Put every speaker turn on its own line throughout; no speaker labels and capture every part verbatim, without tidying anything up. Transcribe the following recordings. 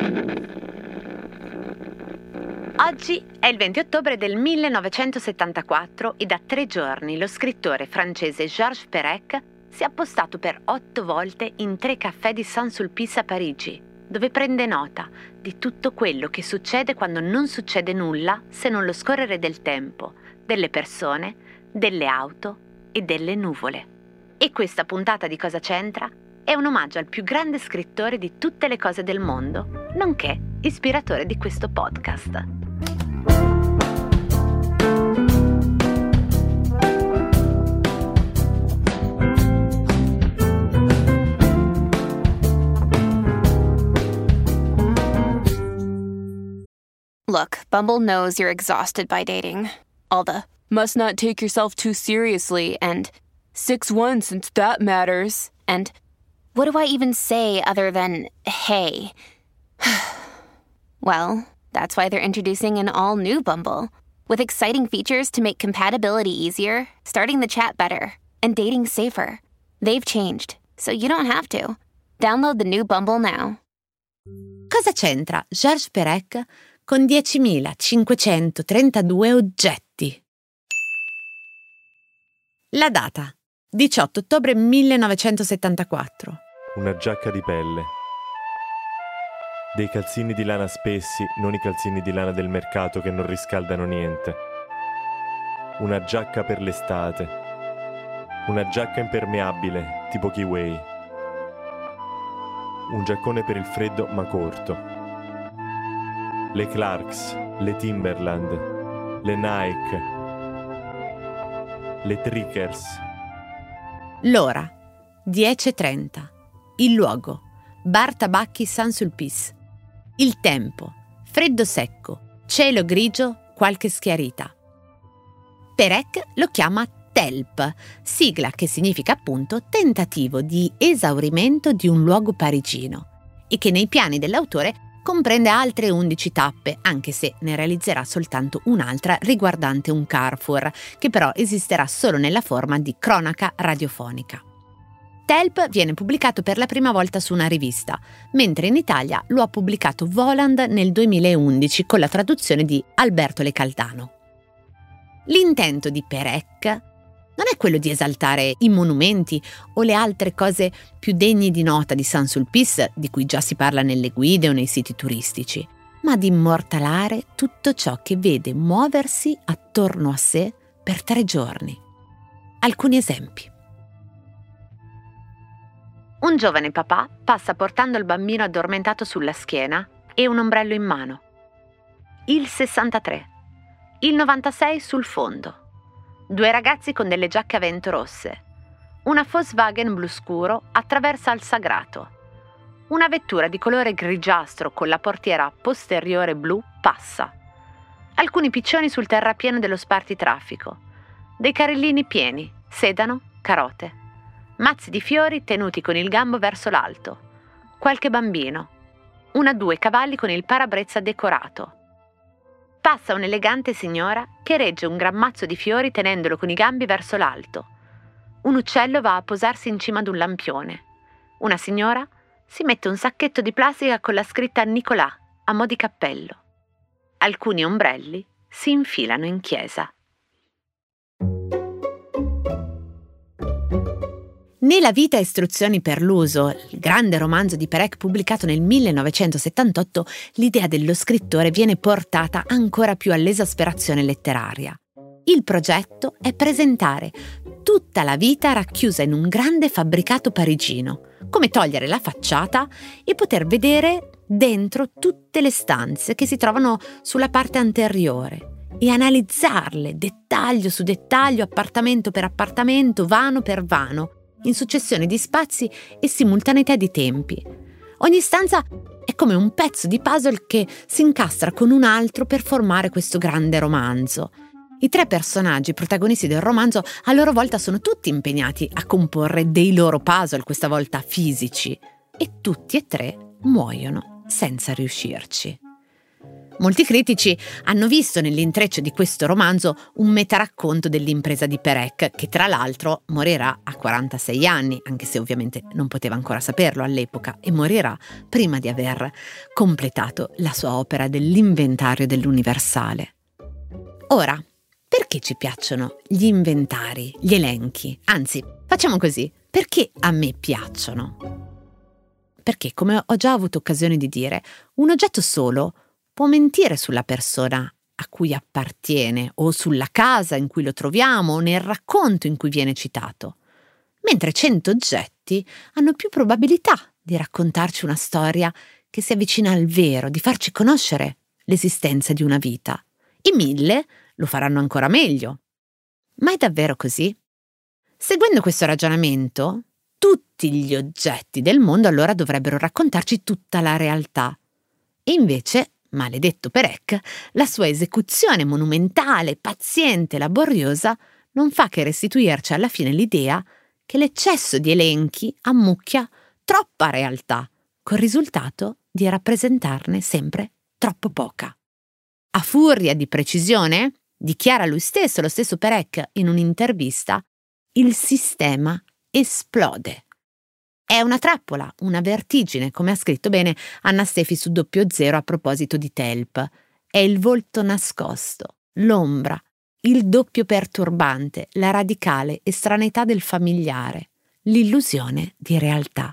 Oggi è il venti ottobre del millenovecentosettantaquattro e da tre giorni lo scrittore francese Georges Perec si è appostato per otto volte in tre caffè di Saint-Sulpice a Parigi, dove prende nota di tutto quello che succede quando non succede nulla se non lo scorrere del tempo, delle persone, delle auto e delle nuvole. E questa puntata di Cosa c'entra? È un omaggio al più grande scrittore di tutte le cose del mondo, nonché ispiratore di questo podcast.
Look, Bumble knows you're exhausted by dating. All the must not take yourself too seriously and six one since that matters. And what do I even say other than hey? Well, that's why they're introducing an all-new Bumble with exciting features to make compatibility easier, starting the chat better, and dating safer. They've changed, so you don't have to. Download the new Bumble now.
Cosa c'entra Georges Perec con diecimilacinquecentotrentadue oggetti? La data: diciotto ottobre millenovecentosettantaquattro.
Una giacca di pelle. Dei calzini di lana spessi, non i calzini di lana del mercato che non riscaldano niente. Una giacca per l'estate. Una giacca impermeabile, tipo Kiwi. Un giaccone per il freddo ma corto. Le Clarks, le Timberland, le Nike, le Trickers.
L'ora: dieci e trenta. Il luogo: Bar Tabacchi Saint-Sulpice. Il tempo: freddo secco, cielo grigio, qualche schiarita. Perec lo chiama TELP, sigla che significa appunto tentativo di esaurimento di un luogo parigino, e che nei piani dell'autore comprende altre undici tappe, anche se ne realizzerà soltanto un'altra riguardante un Carrefour, che però esisterà solo nella forma di cronaca radiofonica. TELP viene pubblicato per la prima volta su una rivista, mentre in Italia lo ha pubblicato Voland nel duemilaundici con la traduzione di Alberto Le Caldano. L'intento di Perec non è quello di esaltare i monumenti o le altre cose più degne di nota di Saint-Sulpice, di cui già si parla nelle guide o nei siti turistici, ma di immortalare tutto ciò che vede muoversi attorno a sé per tre giorni. Alcuni esempi. Un giovane papà passa portando il bambino addormentato sulla schiena e un ombrello in mano. Il sessantatré. Il novantasei sul fondo. Due ragazzi con delle giacche a vento rosse. Una Volkswagen blu scuro attraversa il Sagrato. Una vettura di colore grigiastro con la portiera posteriore blu passa. Alcuni piccioni sul terrapieno dello spartitraffico. Dei carrellini pieni, sedano, carote. Mazzi di fiori tenuti con il gambo verso l'alto. Qualche bambino. Una due cavalli con il parabrezza decorato. Passa un'elegante signora che regge un gran mazzo di fiori tenendolo con i gambi verso l'alto. Un uccello va a posarsi in cima ad un lampione. Una signora si mette un sacchetto di plastica con la scritta Nicolà a mo' di cappello. Alcuni ombrelli si infilano in chiesa. Nella vita e istruzioni per l'uso, il grande romanzo di Perec pubblicato nel millenovecentosettantotto, l'idea dello scrittore viene portata ancora più all'esasperazione letteraria. Il progetto è presentare tutta la vita racchiusa in un grande fabbricato parigino, come togliere la facciata e poter vedere dentro tutte le stanze che si trovano sulla parte anteriore e analizzarle dettaglio su dettaglio, appartamento per appartamento, vano per vano, in successione di spazi e simultaneità di tempi. Ogni stanza è come un pezzo di puzzle che si incastra con un altro per formare questo grande romanzo. I tre personaggi protagonisti del romanzo a loro volta sono tutti impegnati a comporre dei loro puzzle, questa volta fisici, e tutti e tre muoiono senza riuscirci. Molti critici hanno visto nell'intreccio di questo romanzo un metaracconto dell'impresa di Perec, che tra l'altro morirà a quarantasei anni, anche se ovviamente non poteva ancora saperlo all'epoca, e morirà prima di aver completato la sua opera dell'inventario dell'Universale. Ora, perché ci piacciono gli inventari, gli elenchi? Anzi, facciamo così, perché a me piacciono? Perché, come ho già avuto occasione di dire, un oggetto solo può mentire sulla persona a cui appartiene o sulla casa in cui lo troviamo o nel racconto in cui viene citato, mentre cento oggetti hanno più probabilità di raccontarci una storia che si avvicina al vero, di farci conoscere l'esistenza di una vita. E mille lo faranno ancora meglio. Ma è davvero così? Seguendo questo ragionamento, tutti gli oggetti del mondo allora dovrebbero raccontarci tutta la realtà. E invece, maledetto Perec, la sua esecuzione monumentale, paziente, laboriosa, non fa che restituirci alla fine l'idea che l'eccesso di elenchi ammucchia troppa realtà, col risultato di rappresentarne sempre troppo poca. A furia di precisione, dichiara lui stesso, lo stesso Perec, in un'intervista, il sistema esplode. È una trappola, una vertigine, come ha scritto bene Anna Stefi su Doppio Zero a proposito di Telp. È il volto nascosto, l'ombra, il doppio perturbante, la radicale estraneità del familiare, l'illusione di realtà.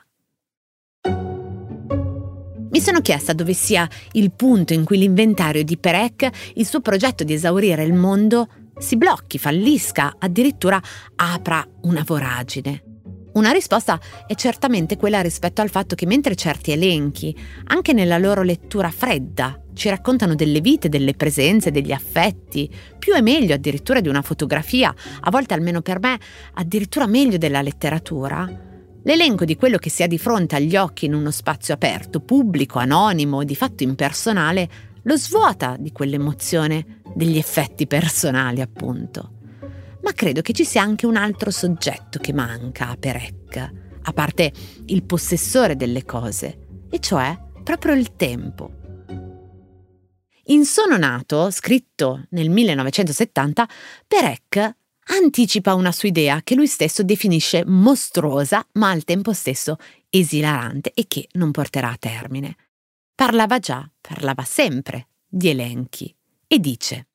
Mi sono chiesta dove sia il punto in cui l'inventario di Perec, il suo progetto di esaurire il mondo, si blocchi, fallisca, addirittura apra una voragine. Una risposta è certamente quella rispetto al fatto che mentre certi elenchi, anche nella loro lettura fredda, ci raccontano delle vite, delle presenze, degli affetti, più e meglio addirittura di una fotografia, a volte almeno per me addirittura meglio della letteratura, l'elenco di quello che si ha di fronte agli occhi in uno spazio aperto, pubblico, anonimo, di fatto impersonale, lo svuota di quell'emozione, degli effetti personali appunto. Ma credo che ci sia anche un altro soggetto che manca a Perec, a parte il possessore delle cose, e cioè proprio il tempo. In Sono nato, scritto nel millenovecentosettanta, Perec anticipa una sua idea che lui stesso definisce mostruosa, ma al tempo stesso esilarante e che non porterà a termine. Parlava già, parlava sempre di elenchi e dice: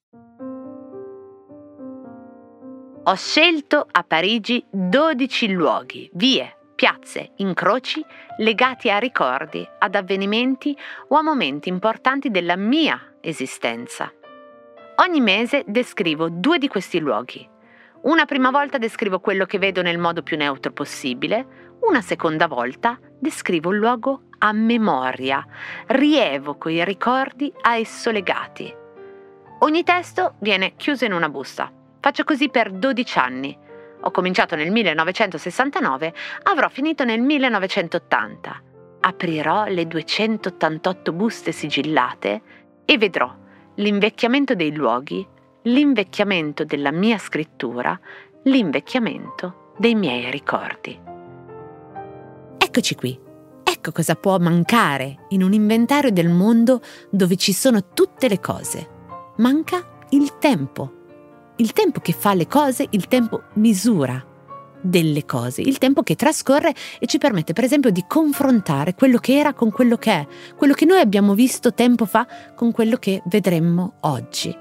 ho scelto a Parigi dodici luoghi, vie, piazze, incroci legati a ricordi, ad avvenimenti o a momenti importanti della mia esistenza. Ogni mese descrivo due di questi luoghi. Una prima volta descrivo quello che vedo nel modo più neutro possibile, una seconda volta descrivo il luogo a memoria, rievoco i ricordi a esso legati. Ogni testo viene chiuso in una busta. Faccio così per dodici anni. Ho cominciato nel millenovecentosessantanove, avrò finito nel millenovecentottanta. Aprirò le duecentottantotto buste sigillate e vedrò l'invecchiamento dei luoghi, l'invecchiamento della mia scrittura, l'invecchiamento dei miei ricordi. Eccoci qui. Ecco cosa può mancare in un inventario del mondo dove ci sono tutte le cose. Manca il tempo. Il tempo che fa le cose, il tempo misura delle cose, il tempo che trascorre e ci permette per esempio di confrontare quello che era con quello che è, quello che noi abbiamo visto tempo fa con quello che vedremmo oggi.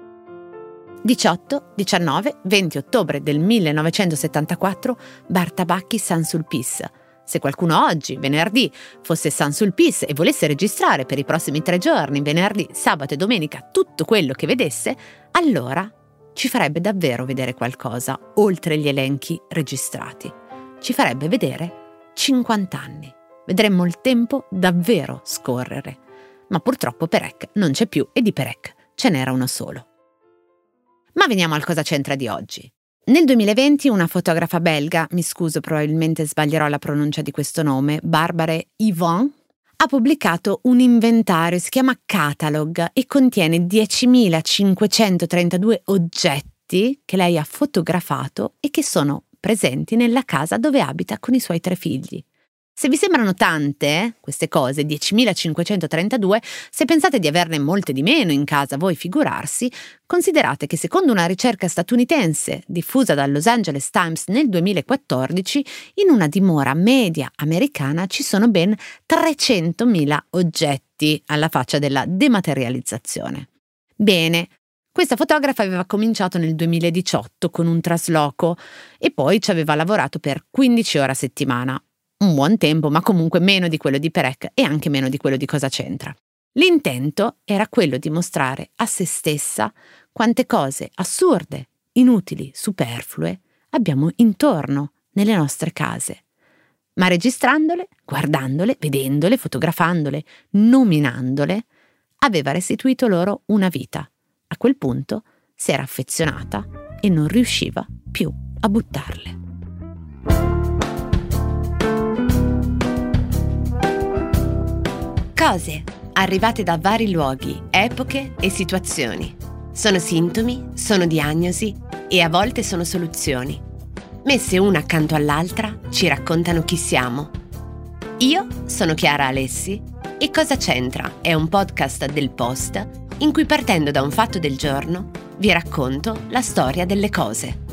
diciotto, diciannove, venti ottobre del millenovecentosettantaquattro, Bartabacchi Saint-Sulpice. Se qualcuno oggi, venerdì, fosse Saint-Sulpice e volesse registrare per i prossimi tre giorni, venerdì, sabato e domenica, tutto quello che vedesse, allora ci farebbe davvero vedere qualcosa, oltre gli elenchi registrati. Ci farebbe vedere cinquanta anni. Vedremmo il tempo davvero scorrere. Ma purtroppo Perec non c'è più e di Perec ce n'era uno solo. Ma veniamo al cosa c'entra di oggi. Nel duemilaventi una fotografa belga, mi scuso probabilmente sbaglierò la pronuncia di questo nome, Barbare Yvon, ha pubblicato un inventario, si chiama Catalog e contiene diecimilacinquecentotrentadue oggetti che lei ha fotografato e che sono presenti nella casa dove abita con i suoi tre figli. Se vi sembrano tante, queste cose, diecimilacinquecentotrentadue, se pensate di averne molte di meno in casa, voi figurarsi, considerate che secondo una ricerca statunitense diffusa dal Los Angeles Times nel duemilaquattordici, in una dimora media americana ci sono ben trecentomila oggetti alla faccia della dematerializzazione. Bene, questa fotografa aveva cominciato nel duemiladiciotto con un trasloco e poi ci aveva lavorato per quindici ore a settimana. Un buon tempo, ma comunque meno di quello di Perec e anche meno di quello di Cosa c'entra. L'intento era quello di mostrare a se stessa quante cose assurde, inutili, superflue abbiamo intorno nelle nostre case. Ma registrandole, guardandole, vedendole, fotografandole, nominandole, aveva restituito loro una vita. A quel punto si era affezionata e non riusciva più a buttarle. Cose arrivate da vari luoghi, epoche e situazioni. Sono sintomi, sono diagnosi e a volte sono soluzioni. Messe una accanto all'altra ci raccontano chi siamo. Io sono Chiara Alessi e Cosa c'entra è un podcast del Post in cui, partendo da un fatto del giorno, vi racconto la storia delle cose.